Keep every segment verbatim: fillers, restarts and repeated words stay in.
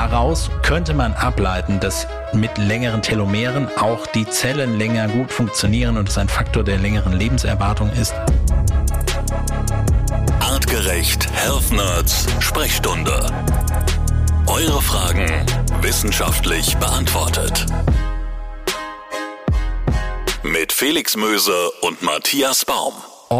Daraus könnte man ableiten, dass mit längeren Telomeren auch die Zellen länger gut funktionieren und es ein Faktor der längeren Lebenserwartung ist. Artgerecht Health Nerds Sprechstunde. Eure Fragen wissenschaftlich beantwortet. Mit Felix Möse und Matthias Baum.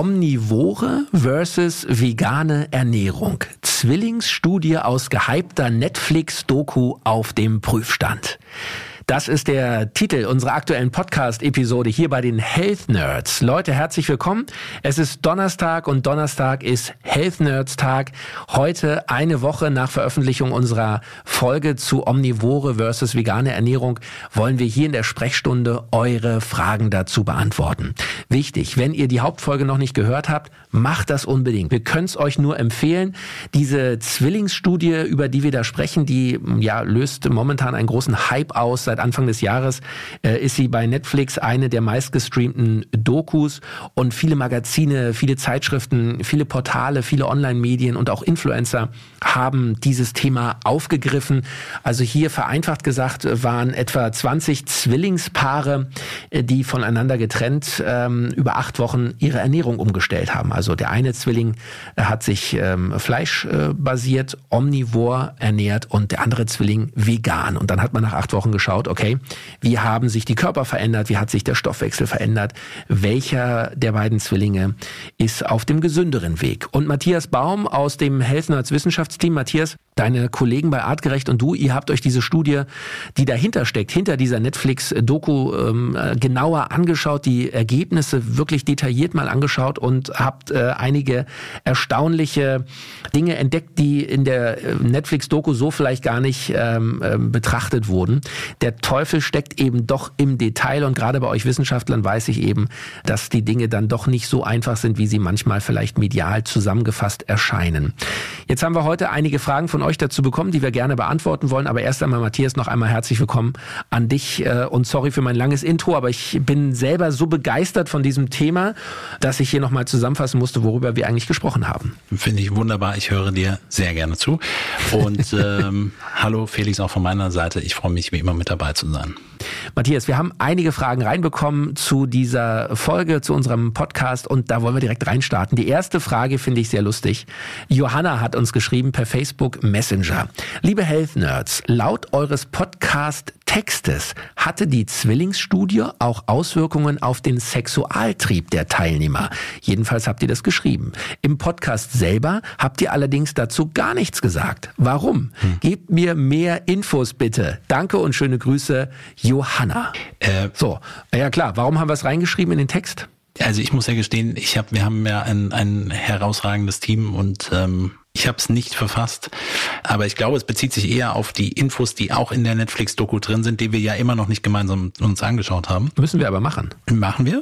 Omnivore versus vegane Ernährung. Zwillingsstudie aus gehypter Netflix-Doku auf dem Prüfstand. Das ist der Titel unserer aktuellen Podcast-Episode hier bei den Health Nerds. Leute, herzlich willkommen. Es ist Donnerstag und Donnerstag ist Health Nerds Tag. Heute, eine Woche nach Veröffentlichung unserer Folge zu Omnivore versus vegane Ernährung, wollen wir hier in der Sprechstunde eure Fragen dazu beantworten. Wichtig, wenn ihr die Hauptfolge noch nicht gehört habt, macht das unbedingt. Wir können es euch nur empfehlen. Diese Zwillingsstudie, über die wir da sprechen, die ja löst momentan einen großen Hype aus. Seit Anfang des Jahres äh, ist sie bei Netflix eine der meistgestreamten Dokus und viele Magazine, viele Zeitschriften, viele Portale, viele Online-Medien und auch Influencer haben dieses Thema aufgegriffen. Also hier vereinfacht gesagt waren etwa zwanzig Zwillingspaare, die voneinander getrennt ähm, über acht Wochen ihre Ernährung umgestellt haben. Also der eine Zwilling hat sich ähm, fleischbasiert, äh, omnivor ernährt und der andere Zwilling vegan. Und dann hat man nach acht Wochen geschaut, okay, wie haben sich die Körper verändert, wie hat sich der Stoffwechsel verändert, welcher der beiden Zwillinge ist auf dem gesünderen Weg. Und Matthias Baum aus dem Health Nerds Wissenschaftsteam, Matthias, deine Kollegen bei Artgerecht und du, ihr habt euch diese Studie, die dahinter steckt, hinter dieser Netflix-Doku ähm, genauer angeschaut, die Ergebnisse wirklich detailliert mal angeschaut und habt äh, einige erstaunliche Dinge entdeckt, die in der Netflix-Doku so vielleicht gar nicht ähm, äh, betrachtet wurden. Der Teufel steckt eben doch im Detail und gerade bei euch Wissenschaftlern weiß ich eben, dass die Dinge dann doch nicht so einfach sind, wie sie manchmal vielleicht medial zusammengefasst erscheinen. Jetzt haben wir heute einige Fragen von euch dazu bekommen, die wir gerne beantworten wollen, aber erst einmal, Matthias, noch einmal herzlich willkommen an dich und sorry für mein langes Intro, aber ich bin selber so begeistert von diesem Thema, dass ich hier nochmal zusammenfassen musste, worüber wir eigentlich gesprochen haben. Finde ich wunderbar, ich höre dir sehr gerne zu und ähm, hallo Felix auch von meiner Seite, ich freue mich wie immer mit dabei zu sein. Matthias, wir haben einige Fragen reinbekommen zu dieser Folge, zu unserem Podcast und da wollen wir direkt reinstarten. Die erste Frage finde ich sehr lustig. Johanna hat uns geschrieben per Facebook Messenger. Liebe Health Nerds, laut eures Podcast-Textes hatte die Zwillingsstudie auch Auswirkungen auf den Sexualtrieb der Teilnehmer. Jedenfalls habt ihr das geschrieben. Im Podcast selber habt ihr allerdings dazu gar nichts gesagt. Warum? Hm. Gebt mir mehr Infos bitte. Danke und schöne Grüße, Johanna. Äh, so, ja klar, warum haben wir es reingeschrieben in den Text? Also ich muss ja gestehen, ich hab, wir haben ja ein, ein herausragendes Team und ähm, ich habe es nicht verfasst, aber ich glaube, es bezieht sich eher auf die Infos, die auch in der Netflix-Doku drin sind, die wir ja immer noch nicht gemeinsam uns angeschaut haben. Müssen wir aber machen. Machen wir.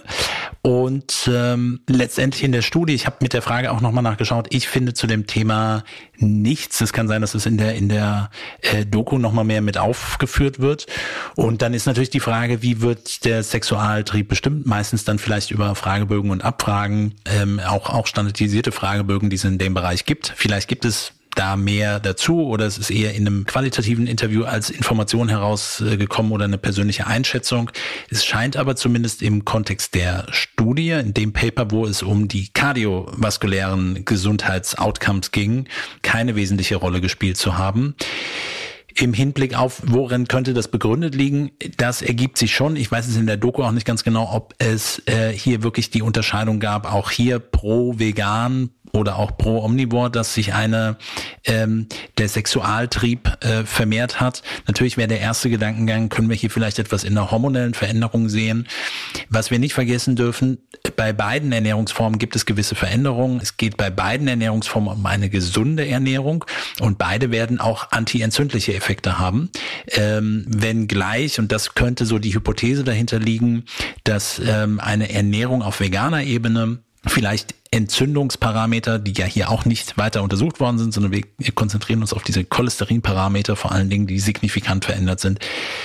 Und ähm, letztendlich in der Studie, ich habe mit der Frage auch nochmal nachgeschaut, ich finde zu dem Thema nichts. Es kann sein, dass es in der in der äh, Doku nochmal mehr mit aufgeführt wird. Und dann ist natürlich die Frage, wie wird der Sexualtrieb bestimmt? Meistens dann vielleicht über Fragebögen und Abfragen, ähm, auch auch standardisierte Fragebögen, die es in dem Bereich gibt. Vielleicht gibt es da mehr dazu oder es ist eher in einem qualitativen Interview als Information herausgekommen oder eine persönliche Einschätzung. Es scheint aber zumindest im Kontext der Studie, in dem Paper, wo es um die kardiovaskulären Gesundheitsoutcomes ging, keine wesentliche Rolle gespielt zu haben. Im Hinblick auf, worin könnte das begründet liegen, das ergibt sich schon. Ich weiß es in der Doku auch nicht ganz genau, ob es äh, hier wirklich die Unterscheidung gab, auch hier pro vegan oder auch pro Omnivore, dass sich eine ähm, der Sexualtrieb äh, vermehrt hat. Natürlich wäre der erste Gedankengang, können wir hier vielleicht etwas in der hormonellen Veränderung sehen. Was wir nicht vergessen dürfen, bei beiden Ernährungsformen gibt es gewisse Veränderungen. Es geht bei beiden Ernährungsformen um eine gesunde Ernährung und beide werden auch antientzündliche Effekte haben. Ähm, wenngleich, und das könnte so die Hypothese dahinter liegen, dass ähm, eine Ernährung auf veganer Ebene vielleicht Entzündungsparameter, die ja hier auch nicht weiter untersucht worden sind, sondern wir konzentrieren uns auf diese Cholesterinparameter, vor allen Dingen, die signifikant verändert sind,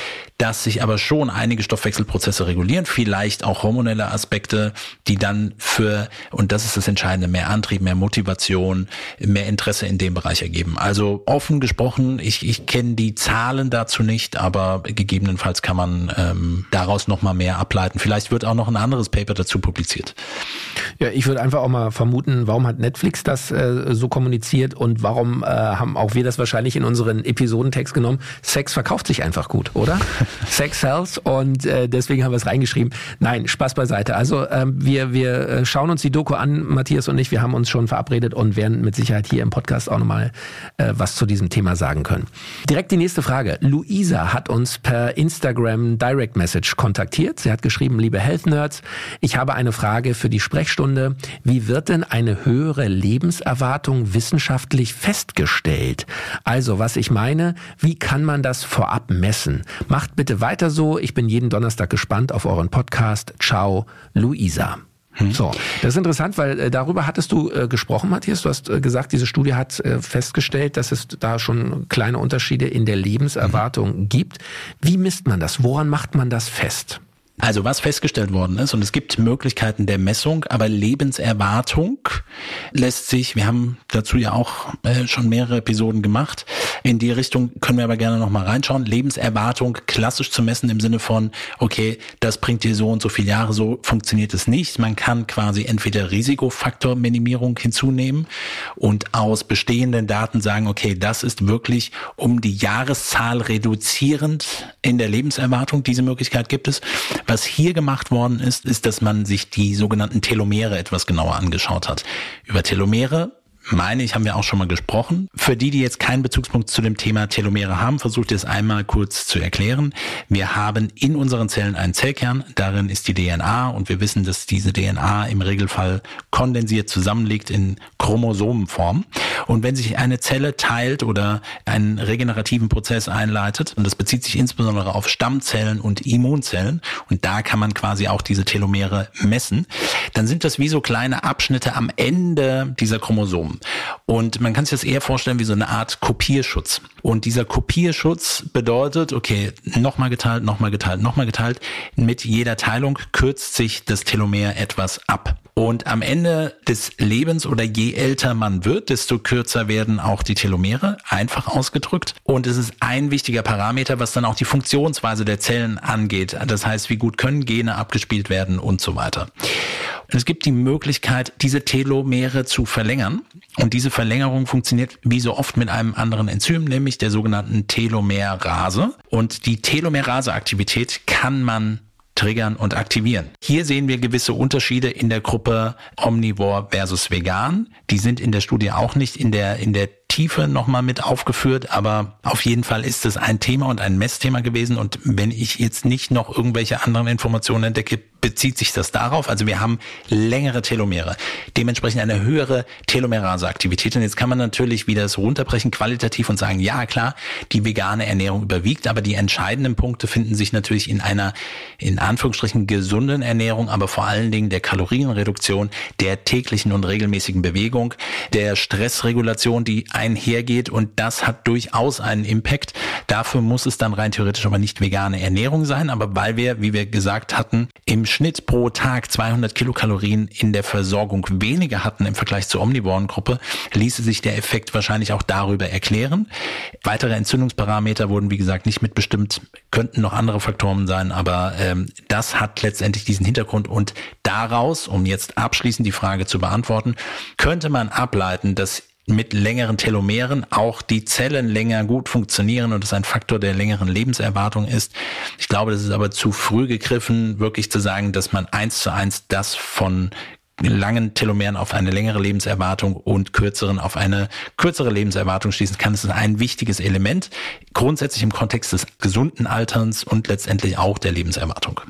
dass sich aber schon einige Stoffwechselprozesse regulieren, vielleicht auch hormonelle Aspekte, die dann für, und das ist das Entscheidende, mehr Antrieb, mehr Motivation, mehr Interesse in dem Bereich ergeben. Also offen gesprochen, ich, ich kenne die Zahlen dazu nicht, aber gegebenenfalls kann man ähm, daraus noch mal mehr ableiten. Vielleicht wird auch noch ein anderes Paper dazu publiziert. Ja, ich würde einfach auch mal vermuten, warum hat Netflix das äh, so kommuniziert und warum äh, haben auch wir das wahrscheinlich in unseren Episodentext genommen? Sex verkauft sich einfach gut, oder? Sex sells und äh, deswegen haben wir es reingeschrieben. Nein, Spaß beiseite. Also ähm, wir wir schauen uns die Doku an, Matthias und ich. Wir haben uns schon verabredet und werden mit Sicherheit hier im Podcast auch nochmal äh, was zu diesem Thema sagen können. Direkt die nächste Frage. Luisa hat uns per Instagram Direct Message kontaktiert. Sie hat geschrieben, liebe Health Nerds, ich habe eine Frage für die Sprechstunde. Wie wird denn eine höhere Lebenserwartung wissenschaftlich festgestellt? Also, was ich meine, wie kann man das vorab messen? Macht bitte weiter so. Ich bin jeden Donnerstag gespannt auf euren Podcast. Ciao, Luisa. Hm. So, das ist interessant, weil äh, darüber hattest du äh, gesprochen, Matthias. Du hast äh, gesagt, diese Studie hat äh, festgestellt, dass es da schon kleine Unterschiede in der Lebenserwartung hm. gibt. Wie misst man das? Woran macht man das fest? Also was festgestellt worden ist, und es gibt Möglichkeiten der Messung, aber Lebenserwartung lässt sich, wir haben dazu ja auch äh, schon mehrere Episoden gemacht, in die Richtung können wir aber gerne nochmal reinschauen. Lebenserwartung klassisch zu messen im Sinne von, okay, das bringt dir so und so viele Jahre, so funktioniert es nicht. Man kann quasi entweder Risikofaktorminimierung hinzunehmen und aus bestehenden Daten sagen, okay, das ist wirklich um die Jahreszahl reduzierend in der Lebenserwartung, diese Möglichkeit gibt es. Was hier gemacht worden ist, ist, dass man sich die sogenannten Telomere etwas genauer angeschaut hat. Über Telomere, meine ich, haben wir auch schon mal gesprochen. Für die, die jetzt keinen Bezugspunkt zu dem Thema Telomere haben, versuche ich es einmal kurz zu erklären. Wir haben in unseren Zellen einen Zellkern, darin ist die D N A und wir wissen, dass diese D N A im Regelfall kondensiert zusammenliegt in Chromosomenform. Und wenn sich eine Zelle teilt oder einen regenerativen Prozess einleitet, und das bezieht sich insbesondere auf Stammzellen und Immunzellen, und da kann man quasi auch diese Telomere messen, dann sind das wie so kleine Abschnitte am Ende dieser Chromosomen. Und man kann sich das eher vorstellen wie so eine Art Kopierschutz. Und dieser Kopierschutz bedeutet, okay, nochmal geteilt, nochmal geteilt, nochmal geteilt. Mit jeder Teilung kürzt sich das Telomer etwas ab. Und am Ende des Lebens oder je älter man wird, desto kürzer werden auch die Telomere, einfach ausgedrückt. Und es ist ein wichtiger Parameter, was dann auch die Funktionsweise der Zellen angeht. Das heißt, wie gut können Gene abgespielt werden und so weiter. Und es gibt die Möglichkeit, diese Telomere zu verlängern. Und diese Verlängerung funktioniert wie so oft mit einem anderen Enzym, nämlich der sogenannten Telomerase. Und die Telomerase-Aktivität kann man triggern und aktivieren. Hier sehen wir gewisse Unterschiede in der Gruppe Omnivore versus Vegan. Die sind in der Studie auch nicht in der, in der Tiefe nochmal mit aufgeführt, aber auf jeden Fall ist es ein Thema und ein Messthema gewesen. Und wenn ich jetzt nicht noch irgendwelche anderen Informationen entdecke, bezieht sich das darauf. Also wir haben längere Telomere, dementsprechend eine höhere Telomerase-Aktivität. Und jetzt kann man natürlich wieder das runterbrechen qualitativ und sagen, ja klar, die vegane Ernährung überwiegt, aber die entscheidenden Punkte finden sich natürlich in einer, in Anführungsstrichen, gesunden Ernährung, aber vor allen Dingen der Kalorienreduktion, der täglichen und regelmäßigen Bewegung, der Stressregulation, die einhergeht, und das hat durchaus einen Impact. Dafür muss es dann rein theoretisch aber nicht vegane Ernährung sein, aber weil wir, wie wir gesagt hatten, im Schnitt pro Tag zweihundert Kilokalorien in der Versorgung weniger hatten im Vergleich zur Omnivoren-Gruppe, ließe sich der Effekt wahrscheinlich auch darüber erklären. Weitere Entzündungsparameter wurden, wie gesagt, nicht mitbestimmt, könnten noch andere Faktoren sein, aber ähm, das hat letztendlich diesen Hintergrund, und daraus, um jetzt abschließend die Frage zu beantworten, könnte man ableiten, dass mit längeren Telomeren auch die Zellen länger gut funktionieren und es ein Faktor der längeren Lebenserwartung ist. Ich glaube, das ist aber zu früh gegriffen, wirklich zu sagen, dass man eins zu eins das von langen Telomeren auf eine längere Lebenserwartung und kürzeren auf eine kürzere Lebenserwartung schließen kann. Das ist ein wichtiges Element, grundsätzlich im Kontext des gesunden Alterns und letztendlich auch der Lebenserwartung.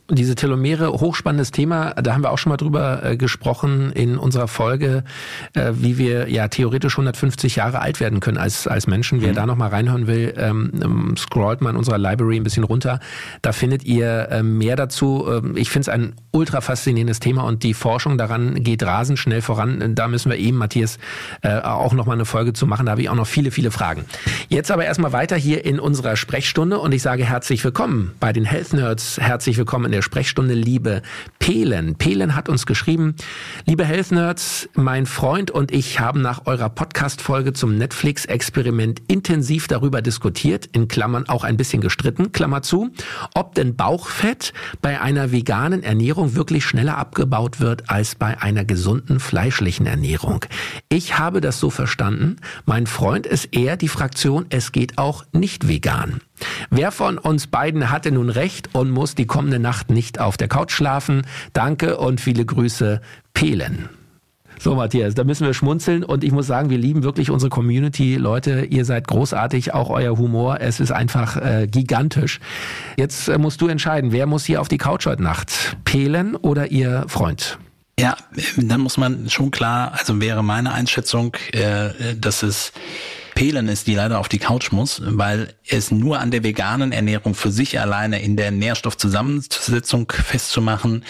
Diese Telomere, hochspannendes Thema, da haben wir auch schon mal drüber äh, gesprochen in unserer Folge, äh, wie wir ja theoretisch hundertfünfzig Jahre alt werden können als als Menschen. Wer mhm. da noch mal reinhören will, ähm, scrollt mal in unserer Library ein bisschen runter. Da findet ihr äh, mehr dazu. Ähm, ich finde es ein ultra faszinierendes Thema und die Forschung daran geht rasend schnell voran. Da müssen wir eben, Matthias, äh, auch noch mal eine Folge zu machen. Da habe ich auch noch viele, viele Fragen. Jetzt aber erstmal weiter hier in unserer Sprechstunde und ich sage herzlich willkommen bei den Health Nerds. Herzlich willkommen in der Sprechstunde, liebe Pelen. Pelen hat uns geschrieben: Liebe Health Nerds, mein Freund und ich haben nach eurer Podcast-Folge zum Netflix-Experiment intensiv darüber diskutiert, in Klammern auch ein bisschen gestritten, Klammer zu, ob denn Bauchfett bei einer veganen Ernährung wirklich schneller abgebaut wird als bei einer gesunden fleischlichen Ernährung. Ich habe das so verstanden, mein Freund ist eher die Fraktion, es geht auch nicht vegan. Wer von uns beiden hatte nun recht und muss die kommende Nacht nicht auf der Couch schlafen? Danke und viele Grüße, Pelen. So, Matthias, da müssen wir schmunzeln und ich muss sagen, wir lieben wirklich unsere Community. Leute, ihr seid großartig, auch euer Humor, es ist einfach äh, gigantisch. Jetzt äh, musst du entscheiden, wer muss hier auf die Couch heute Nacht? Pelen oder ihr Freund? Ja, dann muss man schon klar, also wäre meine Einschätzung, äh, dass es Pelen ist, die leider auf die Couch muss, weil es nur an der veganen Ernährung für sich alleine in der Nährstoffzusammensetzung festzumachen,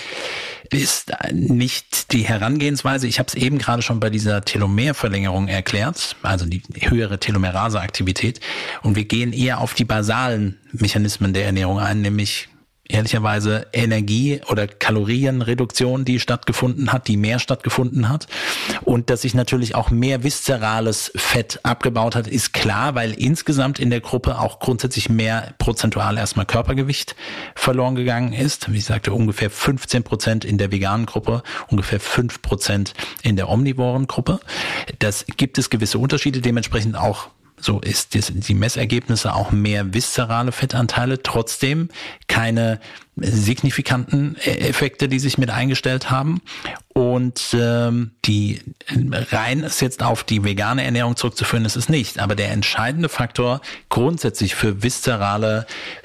ist nicht die Herangehensweise. Ich habe es eben gerade schon bei dieser Telomerverlängerung erklärt, also die höhere Telomeraseaktivität. Und wir gehen eher auf die basalen Mechanismen der Ernährung ein, nämlich ehrlicherweise Energie- oder Kalorienreduktion, die stattgefunden hat, die mehr stattgefunden hat. Und dass sich natürlich auch mehr viszerales Fett abgebaut hat, ist klar, weil insgesamt in der Gruppe auch grundsätzlich mehr prozentual erstmal Körpergewicht verloren gegangen ist. Wie ich sagte, ungefähr fünfzehn Prozent in der veganen Gruppe, ungefähr fünf Prozent in der omnivoren Gruppe. Das gibt es gewisse Unterschiede, dementsprechend auch so ist das, die Messergebnisse auch mehr viszerale Fettanteile, trotzdem keine signifikanten Effekte, die sich mit eingestellt haben. Und ähm, die rein ist jetzt auf die vegane Ernährung zurückzuführen, ist es nicht. Aber der entscheidende Faktor grundsätzlich für viszerale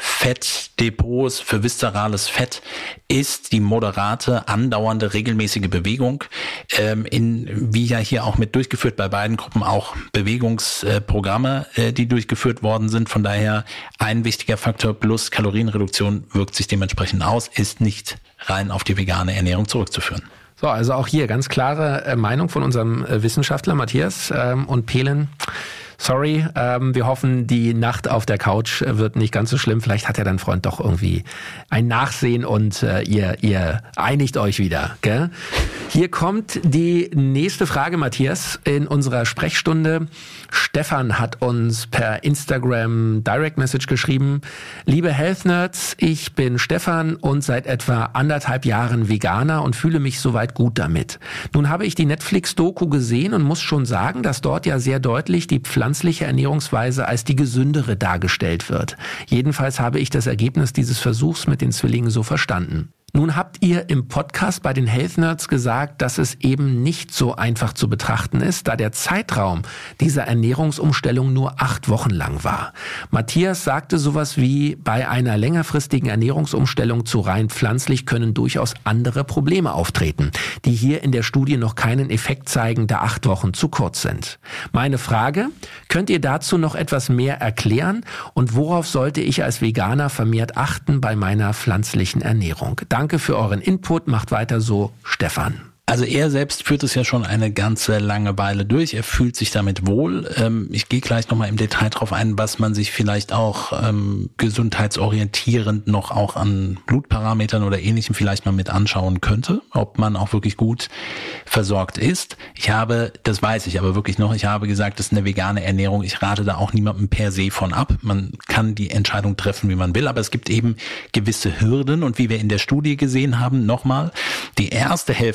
Fettdepots, für viszerales Fett ist die moderate, andauernde, regelmäßige Bewegung. Ähm, in, wie ja hier auch mit durchgeführt bei beiden Gruppen auch Bewegungsprogramme, äh, die durchgeführt worden sind. Von daher ein wichtiger Faktor plus Kalorienreduktion wirkt sich dementsprechend aus, ist nicht rein auf die vegane Ernährung zurückzuführen. So, also auch hier ganz klare äh, Meinung von unserem äh, Wissenschaftler Matthias ähm, und Pelen. Sorry, ähm, wir hoffen, die Nacht auf der Couch wird nicht ganz so schlimm. Vielleicht hat ja dein Freund doch irgendwie ein Nachsehen und äh, ihr, ihr einigt euch wieder. Gell? Hier kommt die nächste Frage, Matthias, in unserer Sprechstunde. Stefan hat uns per Instagram Direct Message geschrieben: Liebe Health Nerds, ich bin Stefan und seit etwa anderthalb Jahren Veganer und fühle mich soweit gut damit. Nun habe ich die Netflix-Doku gesehen und muss schon sagen, dass dort ja sehr deutlich die pflanzliche Ernährungsweise als die gesündere dargestellt wird. Jedenfalls habe ich das Ergebnis dieses Versuchs mit den Zwillingen so verstanden. Nun habt ihr im Podcast bei den Health Nerds gesagt, dass es eben nicht so einfach zu betrachten ist, da der Zeitraum dieser Ernährungsumstellung nur acht Wochen lang war. Matthias sagte sowas wie, bei einer längerfristigen Ernährungsumstellung zu rein pflanzlich können durchaus andere Probleme auftreten, die hier in der Studie noch keinen Effekt zeigen, da acht Wochen zu kurz sind. Meine Frage, könnt ihr dazu noch etwas mehr erklären und worauf sollte ich als Veganer vermehrt achten bei meiner pflanzlichen Ernährung? Danke für euren Input, macht weiter so, Stefan. Also er selbst führt es ja schon eine ganze lange Weile durch. Er fühlt sich damit wohl. Ähm, ich gehe gleich nochmal im Detail drauf ein, was man sich vielleicht auch ähm, gesundheitsorientierend noch auch an Blutparametern oder Ähnlichem vielleicht mal mit anschauen könnte, ob man auch wirklich gut versorgt ist. Ich habe, das weiß ich aber wirklich noch, ich habe gesagt, das ist eine vegane Ernährung. Ich rate da auch niemandem per se von ab. Man kann die Entscheidung treffen, wie man will, aber es gibt eben gewisse Hürden und wie wir in der Studie gesehen haben, nochmal, die erste Hälfte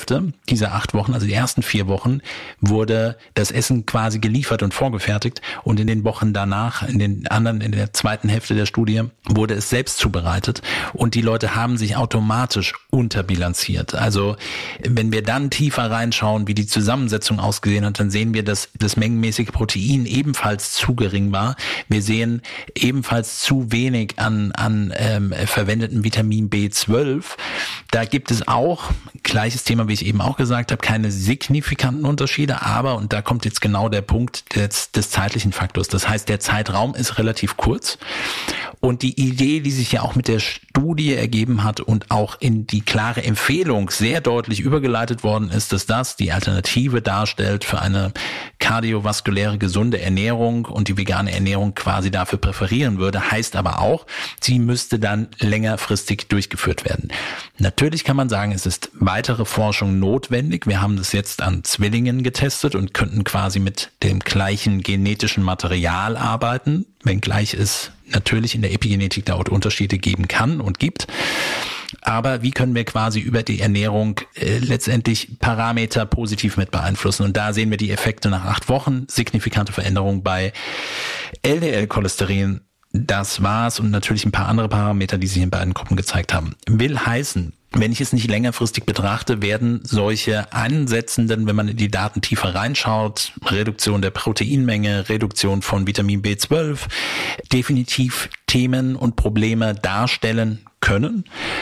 dieser acht Wochen, also die ersten vier Wochen, wurde das Essen quasi geliefert und vorgefertigt und in den Wochen danach, in den anderen, in der zweiten Hälfte der Studie, wurde es selbst zubereitet und die Leute haben sich automatisch unterbilanziert. Also wenn wir dann tiefer reinschauen, wie die Zusammensetzung ausgesehen hat, dann sehen wir, dass das mengenmäßige Protein ebenfalls zu gering war. Wir sehen ebenfalls zu wenig an, an ähm, verwendeten Vitamin B zwölf. Da gibt es auch, gleiches Thema, wie ich eben auch gesagt habe, keine signifikanten Unterschiede, aber, und da kommt jetzt genau der Punkt des, des zeitlichen Faktors. Das heißt, der Zeitraum ist relativ kurz und die Idee, die sich ja auch mit der Studie ergeben hat und auch in die klare Empfehlung sehr deutlich übergeleitet worden ist, dass das die Alternative darstellt für eine kardiovaskuläre, gesunde Ernährung und die vegane Ernährung quasi dafür präferieren würde, heißt aber auch, sie müsste dann längerfristig durchgeführt werden. Natürlich kann man sagen, es ist weitere Forschung notwendig. Wir haben das jetzt an Zwillingen getestet und könnten quasi mit dem gleichen genetischen Material arbeiten, wenngleich es natürlich in der Epigenetik dort Unterschiede geben kann und gibt. Aber wie können wir quasi über die Ernährung äh, letztendlich Parameter positiv mit beeinflussen? Und da sehen wir die Effekte nach acht Wochen, signifikante Veränderungen bei L D L-Cholesterin. Das war's und natürlich ein paar andere Parameter, die sich in beiden Gruppen gezeigt haben. Will heißen, wenn ich es nicht längerfristig betrachte, werden solche ansetzenden, wenn man in die Daten tiefer reinschaut, Reduktion der Proteinmenge, Reduktion von Vitamin B zwölf, definitiv Themen und Probleme darstellen können.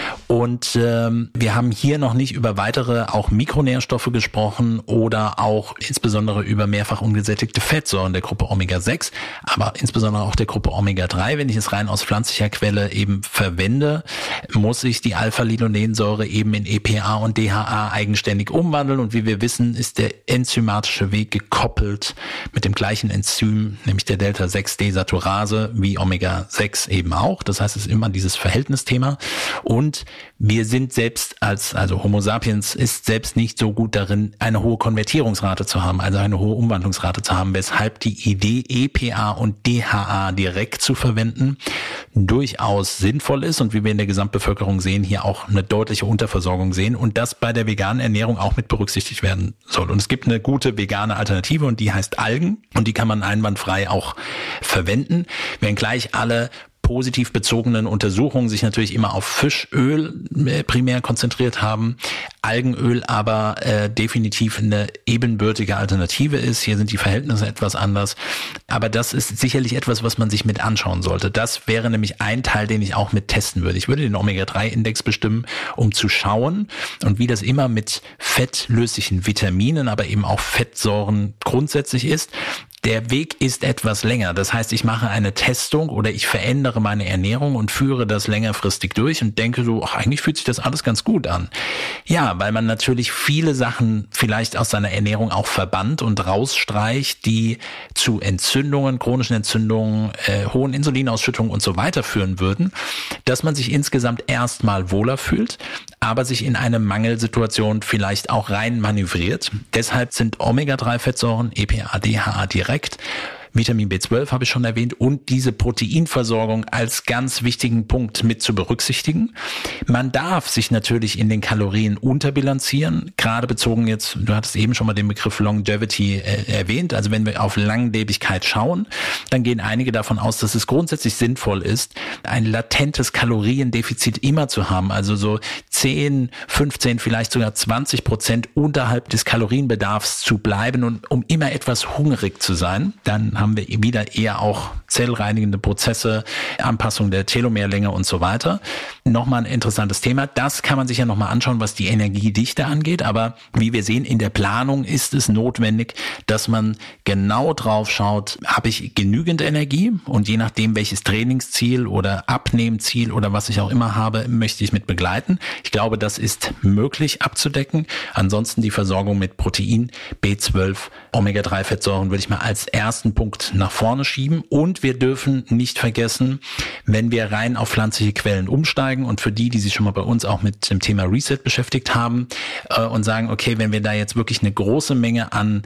Und ähm, wir haben hier noch nicht über weitere auch Mikronährstoffe gesprochen oder auch insbesondere über mehrfach ungesättigte Fettsäuren der Gruppe Omega sechs, aber insbesondere auch der Gruppe Omega drei. Wenn ich es rein aus pflanzlicher Quelle eben verwende, muss ich die Alpha-Linolensäure eben in E P A und D H A eigenständig umwandeln. Und wie wir wissen, ist der enzymatische Weg gekoppelt mit dem gleichen Enzym, nämlich der Delta sechs Desaturase, wie Omega sechs eben auch. Das heißt, es ist immer dieses Verhältnisthema. Und wir sind selbst als, also Homo sapiens ist selbst nicht so gut darin, eine hohe Konvertierungsrate zu haben, also eine hohe Umwandlungsrate zu haben, weshalb die Idee, E P A und D H A direkt zu verwenden, durchaus sinnvoll ist und wie wir in der Gesamtbevölkerung sehen, hier auch eine deutliche Unterversorgung sehen und das bei der veganen Ernährung auch mit berücksichtigt werden soll. Und es gibt eine gute vegane Alternative und die heißt Algen und die kann man einwandfrei auch verwenden, wenngleich alle positiv bezogenen Untersuchungen sich natürlich immer auf Fischöl primär konzentriert haben, Algenöl aber äh, definitiv eine ebenbürtige Alternative ist. Hier sind die Verhältnisse etwas anders, aber das ist sicherlich etwas, was man sich mit anschauen sollte. Das wäre nämlich ein Teil, den ich auch mit testen würde. Ich würde den Omega drei Index bestimmen, um zu schauen und wie das immer mit fettlöslichen Vitaminen, aber eben auch Fettsäuren grundsätzlich ist. Der Weg ist etwas länger. Das heißt, ich mache eine Testung oder ich verändere meine Ernährung und führe das längerfristig durch und denke so, ach, eigentlich fühlt sich das alles ganz gut an. Ja, weil man natürlich viele Sachen vielleicht aus seiner Ernährung auch verbannt und rausstreicht, die zu Entzündungen, chronischen Entzündungen, äh, hohen Insulinausschüttungen und so weiter führen würden, dass man sich insgesamt erstmal wohler fühlt, aber sich in eine Mangelsituation vielleicht auch rein manövriert. Deshalb sind Omega drei Fettsäuren, E P A, D H A direkt, Vitamin B zwölf habe ich schon erwähnt und diese Proteinversorgung als ganz wichtigen Punkt mit zu berücksichtigen. Man darf sich natürlich in den Kalorien unterbilanzieren, gerade bezogen jetzt, du hattest eben schon mal den Begriff Longevity äh, erwähnt, also wenn wir auf Langlebigkeit schauen, dann gehen einige davon aus, dass es grundsätzlich sinnvoll ist, ein latentes Kaloriendefizit immer zu haben, also so zehn, fünfzehn, vielleicht sogar zwanzig Prozent unterhalb des Kalorienbedarfs zu bleiben und um immer etwas hungrig zu sein. Dann haben wir wieder eher auch zellreinigende Prozesse, Anpassung der Telomerlänge und so weiter. Nochmal ein interessantes Thema. Das kann man sich ja nochmal anschauen, was die Energiedichte angeht. Aber wie wir sehen, in der Planung ist es notwendig, dass man genau drauf schaut, habe ich genügend Energie? Und je nachdem, welches Trainingsziel oder Abnehmziel oder was ich auch immer habe, möchte ich mit begleiten. Ich glaube, das ist möglich abzudecken. Ansonsten die Versorgung mit Protein, B zwölf, Omega drei Fettsäuren würde ich mal als ersten Punkt nach vorne schieben. Und wir dürfen nicht vergessen, wenn wir rein auf pflanzliche Quellen umsteigen und für die, die sich schon mal bei uns auch mit dem Thema Reset beschäftigt haben äh, und sagen, okay, wenn wir da jetzt wirklich eine große Menge an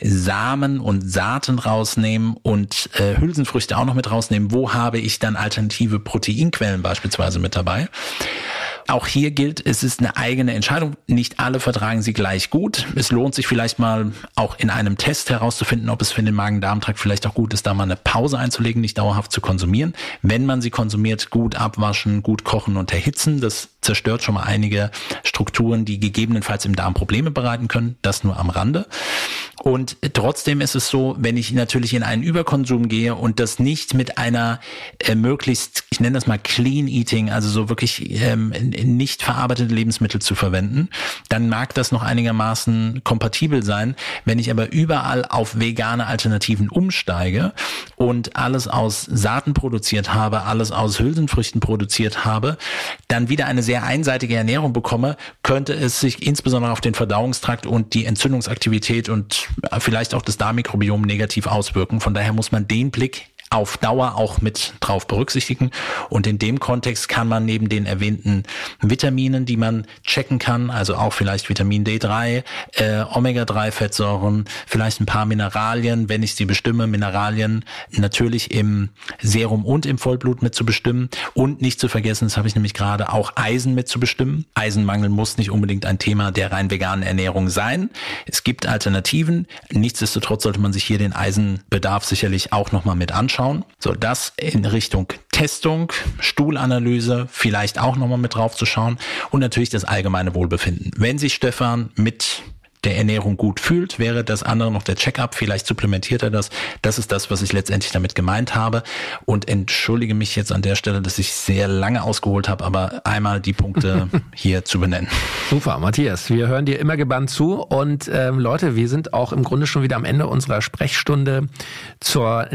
Samen und Saaten rausnehmen und äh, Hülsenfrüchte auch noch mit rausnehmen, wo habe ich dann alternative Proteinquellen beispielsweise mit dabei? Auch hier gilt, es ist eine eigene Entscheidung. Nicht alle vertragen sie gleich gut. Es lohnt sich vielleicht mal auch in einem Test herauszufinden, ob es für den Magen-Darm-Trakt vielleicht auch gut ist, da mal eine Pause einzulegen, nicht dauerhaft zu konsumieren. Wenn man sie konsumiert, gut abwaschen, gut kochen und erhitzen. Das zerstört schon mal einige Strukturen, die gegebenenfalls im Darm Probleme bereiten können. Das nur am Rande. Und trotzdem ist es so, wenn ich natürlich in einen Überkonsum gehe und das nicht mit einer äh, möglichst, ich nenne das mal Clean Eating, also so wirklich ähm, nicht verarbeitete Lebensmittel zu verwenden, dann mag das noch einigermaßen kompatibel sein. Wenn ich aber überall auf vegane Alternativen umsteige und alles aus Saaten produziert habe, alles aus Hülsenfrüchten produziert habe, dann wieder eine sehr einseitige Ernährung bekomme, könnte es sich insbesondere auf den Verdauungstrakt und die Entzündungsaktivität und vielleicht auch das Darmmikrobiom negativ auswirken. Von daher muss man den Blick auf Dauer auch mit drauf berücksichtigen. Und in dem Kontext kann man neben den erwähnten Vitaminen, die man checken kann, also auch vielleicht Vitamin D drei, äh, Omega drei Fettsäuren, vielleicht ein paar Mineralien, wenn ich sie bestimme, Mineralien natürlich im Serum und im Vollblut mit zu bestimmen. Und nicht zu vergessen, das habe ich nämlich gerade, auch Eisen mit zu bestimmen. Eisenmangel muss nicht unbedingt ein Thema der rein veganen Ernährung sein. Es gibt Alternativen. Nichtsdestotrotz sollte man sich hier den Eisenbedarf sicherlich auch nochmal mit anschauen. So, das in Richtung Testung, Stuhlanalyse, vielleicht auch nochmal mit drauf zu schauen und natürlich das allgemeine Wohlbefinden. Wenn sich Stefan mit der Ernährung gut fühlt, wäre das andere noch der Check-up, vielleicht supplementiert er das. Das ist das, was ich letztendlich damit gemeint habe und entschuldige mich jetzt an der Stelle, dass ich sehr lange ausgeholt habe, aber einmal die Punkte hier zu benennen. Super, Matthias, wir hören dir immer gebannt zu und ähm, Leute, wir sind auch im Grunde schon wieder am Ende unserer Sprechstunde zur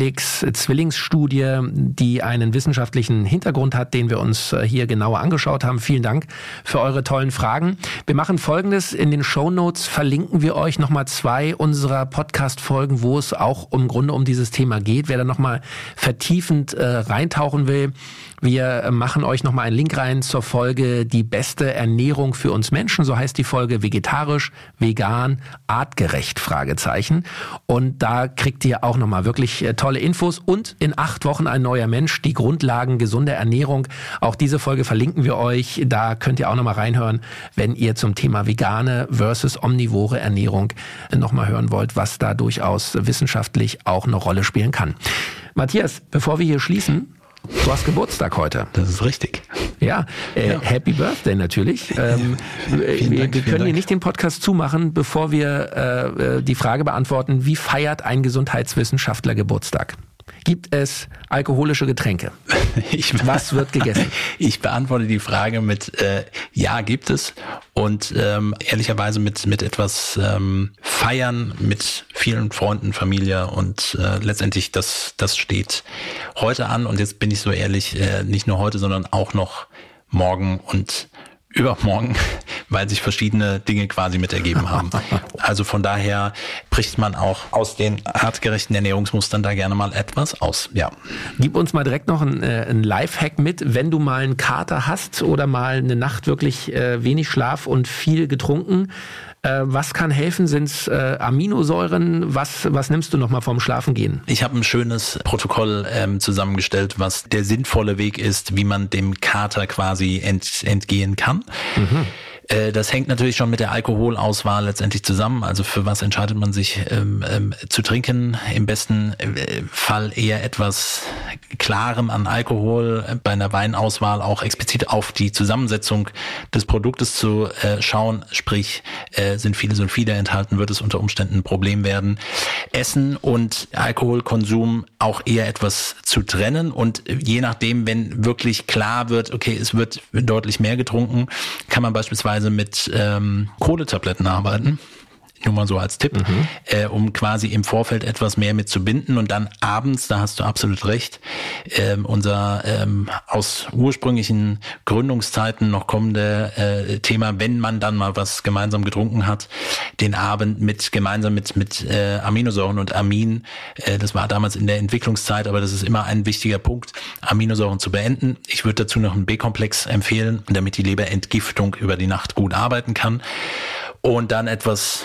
Netflix-Zwillingsstudie, die einen wissenschaftlichen Hintergrund hat, den wir uns hier genauer angeschaut haben. Vielen Dank für eure tollen Fragen. Wir machen Folgendes: In den Shownotes verlinken wir euch nochmal zwei unserer Podcast-Folgen, wo es auch im Grunde um dieses Thema geht. Wer da nochmal vertiefend äh, reintauchen will, wir machen euch nochmal einen Link rein zur Folge Die beste Ernährung für uns Menschen. So heißt die Folge: vegetarisch, vegan, artgerecht, Fragezeichen. Und da kriegt ihr auch nochmal wirklich tolle Infos. Und in acht Wochen ein neuer Mensch, die Grundlagen gesunder Ernährung. Auch diese Folge verlinken wir euch. Da könnt ihr auch nochmal reinhören, wenn ihr zum Thema vegane versus omnivore Ernährung nochmal hören wollt, was da durchaus wissenschaftlich auch eine Rolle spielen kann. Matthias, bevor wir hier schließen, du hast Geburtstag heute. Das ist richtig. Ja, äh, ja. Happy Birthday natürlich. Ähm, wir Dank, wir können Dank. hier nicht den Podcast zumachen, bevor wir äh, die Frage beantworten, wie feiert ein Gesundheitswissenschaftler Geburtstag? Gibt es alkoholische Getränke? Ich, Was wird gegessen? Ich beantworte die Frage mit äh, ja, gibt es. Und ähm, ehrlicherweise mit mit etwas ähm, Feiern mit vielen Freunden, Familie und äh, letztendlich das das steht heute an. Und jetzt bin ich so ehrlich, äh, nicht nur heute, sondern auch noch morgen und übermorgen, weil sich verschiedene Dinge quasi mit ergeben haben. Also von daher bricht man auch aus den artgerechten Ernährungsmustern da gerne mal etwas aus. Ja. Gib uns mal direkt noch einen, äh, einen Lifehack mit, wenn du mal einen Kater hast oder mal eine Nacht wirklich äh, wenig Schlaf und viel getrunken. Äh, was kann helfen? Sind es äh, Aminosäuren? Was, was nimmst du noch mal vorm Schlafengehen? Ich habe ein schönes Protokoll ähm, zusammengestellt, was der sinnvolle Weg ist, wie man dem Kater quasi ent, entgehen kann. Mhm. Das hängt natürlich schon mit der Alkoholauswahl letztendlich zusammen. Also für was entscheidet man sich ähm, ähm, zu trinken? Im besten Fall eher etwas Klarem an Alkohol. Bei einer Weinauswahl auch explizit auf die Zusammensetzung des Produktes zu äh, schauen. Sprich, äh, sind viele Sulfide enthalten, wird es unter Umständen ein Problem werden. Essen und Alkoholkonsum auch eher etwas zu trennen. Und je nachdem, wenn wirklich klar wird, okay, es wird deutlich mehr getrunken, kann man beispielsweise mit ähm, Kohletabletten arbeiten. Nur mal so als Tipp, mhm. äh, um quasi im Vorfeld etwas mehr mit zu binden und dann abends, da hast du absolut recht, ähm, unser ähm, aus ursprünglichen Gründungszeiten noch kommende äh, Thema, wenn man dann mal was gemeinsam getrunken hat, den Abend mit gemeinsam mit mit äh, Aminosäuren und Amin, äh, das war damals in der Entwicklungszeit, aber das ist immer ein wichtiger Punkt, Aminosäuren zu beenden. Ich würde dazu noch einen B-Komplex empfehlen, damit die Leberentgiftung über die Nacht gut arbeiten kann und dann etwas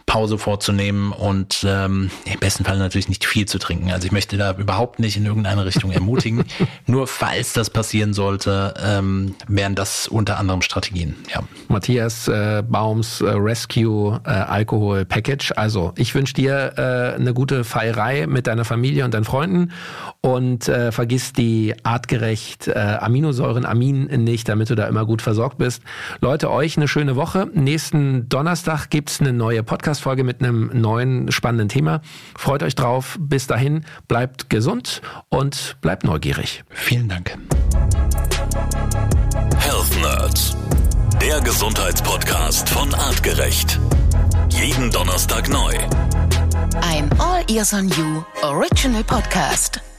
Pause vorzunehmen und ähm, im besten Fall natürlich nicht viel zu trinken. Also ich möchte da überhaupt nicht in irgendeine Richtung ermutigen. Nur falls das passieren sollte, ähm, wären das unter anderem Strategien. Ja. Matthias äh, Baums äh, Rescue äh, Alkohol Package. Also ich wünsche dir äh, eine gute Feierei mit deiner Familie und deinen Freunden und äh, vergiss die artgerecht äh, Aminosäuren, Amin nicht, damit du da immer gut versorgt bist. Leute, euch eine schöne Woche. Nächsten Donnerstag gibt's eine neue Podcast-Folge mit einem neuen spannenden Thema. Freut euch drauf. Bis dahin, bleibt gesund und bleibt neugierig. Vielen Dank. Health Nerds, der Gesundheitspodcast von Artgerecht. Jeden Donnerstag neu. Ein All Ears on You Original Podcast.